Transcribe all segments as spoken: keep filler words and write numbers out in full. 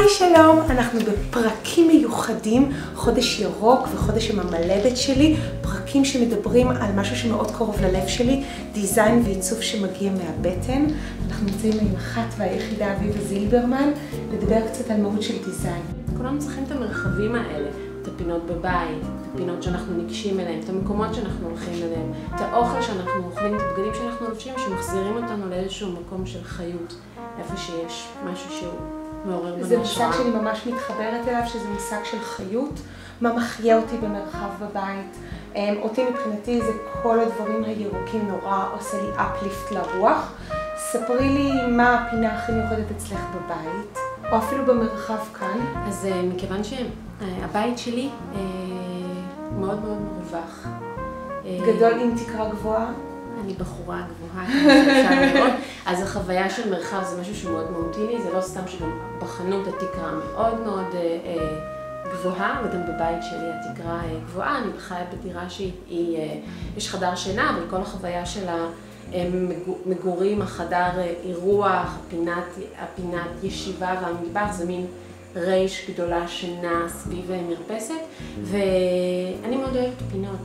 היי שלום, אנחנו בפרקים מיוחדים, חודש ירוק וחודש עם המלדת שלי, פרקים שמדברים על משהו שמאוד קרוב ללב שלי, דיזיין ועיצוב שמגיע מהבטן. אנחנו נמצאים עם אחת והיחידה אביבה זילברמן, לדבר קצת על מהות של דיזיין. כולנו צריכים את המרחבים האלה, את הפינות בבית, את הפינות שאנחנו ניגשים אליהם, את המקומות שאנחנו הולכים אליהם, את האוכל שאנחנו אוכלים, את הבגדים שאנחנו לובשים, שמחזירים אותנו לאיזשהו מקום של חיות, איפה שיש משהו שהוא מעורר בנו השראה. זה מושג שאני ממש מתחברת אליו, שזה מושג של חיות, מה מחיה אותי במרחב בבית. אותי מבחינתי זה כל הדברים הירוקים נורא עושה לי אפליפט לרוח. ספרי לי מה הפינה הכי מיוחדת אצלך בבית, או אפילו במרחב כאן. אז מכיוון שהבית שלי מאוד מאוד מרווח. גדול עם תקרה גבוהה? אני בחורה גבוהה, אפשר לראות. אז החוויה של מרחב זה משהו שהוא מאוד מהותי לי, זה לא סתם שגם בחנות התקרה מאוד מאוד גבוהה, וגם בבית שלי התקרה גבוהה. אני חיה בדירה שיש חדר שינה, אבל כל החוויה של המגורים, החדר אירוח, הפינת, הפינת ישיבה והמטבח, זה מין רייש גדולה שינה סביב מרפסת, ואני מאוד אוהבת פינות.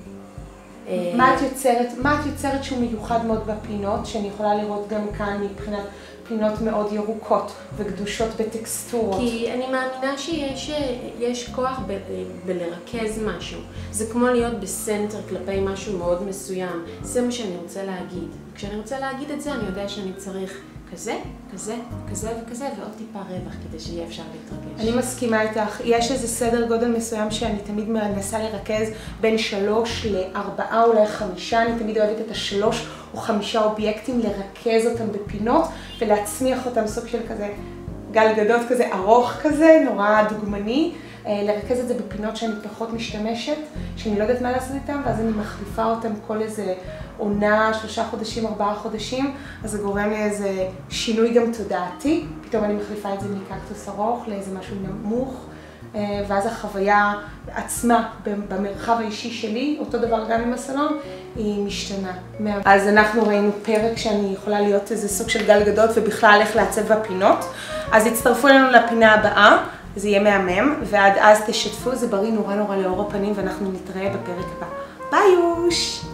מה את יוצרת, מה את יוצרת שהוא מיוחד מאוד בפינות, שאני יכולה לראות גם כאן מבחינת פינות מאוד ירוקות וגדושות בטקסטורות? כי אני מאמינה שיש יש כוח ב, בלרכז משהו. זה כמו להיות בסנטר כלפי משהו מאוד מסוים. זה מה שאני רוצה להגיד. כשאני רוצה להגיד את זה, אני יודע שאני צריך כזה, כזה, כזה וכזה, ועוד טיפה רווח כדי שיהיה אפשר להתרגש. אני מסכימה איתך. יש איזה סדר גודל מסוים שאני תמיד מנסה לרכז בין שלוש לארבעה, אולי חמישה. אני תמיד אוהבת את השלוש או חמישה אובייקטים, לרכז אותם בפינות ולהצמיח אותם סוג של כזה גל גדות כזה, ארוך כזה, נורא דוגמני. לרכז את זה בפינות שאני פחות משתמשת, שאני לא יודעת מה לעשות איתם, ואז אני מחליפה אותם כל איזה עונה, שלושה חודשים, ארבעה חודשים, אז זה גורם לי איזה שינוי גם תודעתי. פתאום אני מחליפה את זה מקקטוס ארוך לאיזה משהו נמוך, ואז החוויה עצמה במרחב האישי שלי, אותו דבר גם עם הסלון, היא משתנה. אז אנחנו ראינו פרק שאני יכולה להיות איזה סוג של גל גדות ובכלל איך לעצב בפינות. אז הצטרפו לנו לפינה הבאה, זה יהיה מהמם, ועד אז תשתפו, זה בריא נורא נורא לאור הפנים, ואנחנו נתראה בפרק הבא. ביי יוש!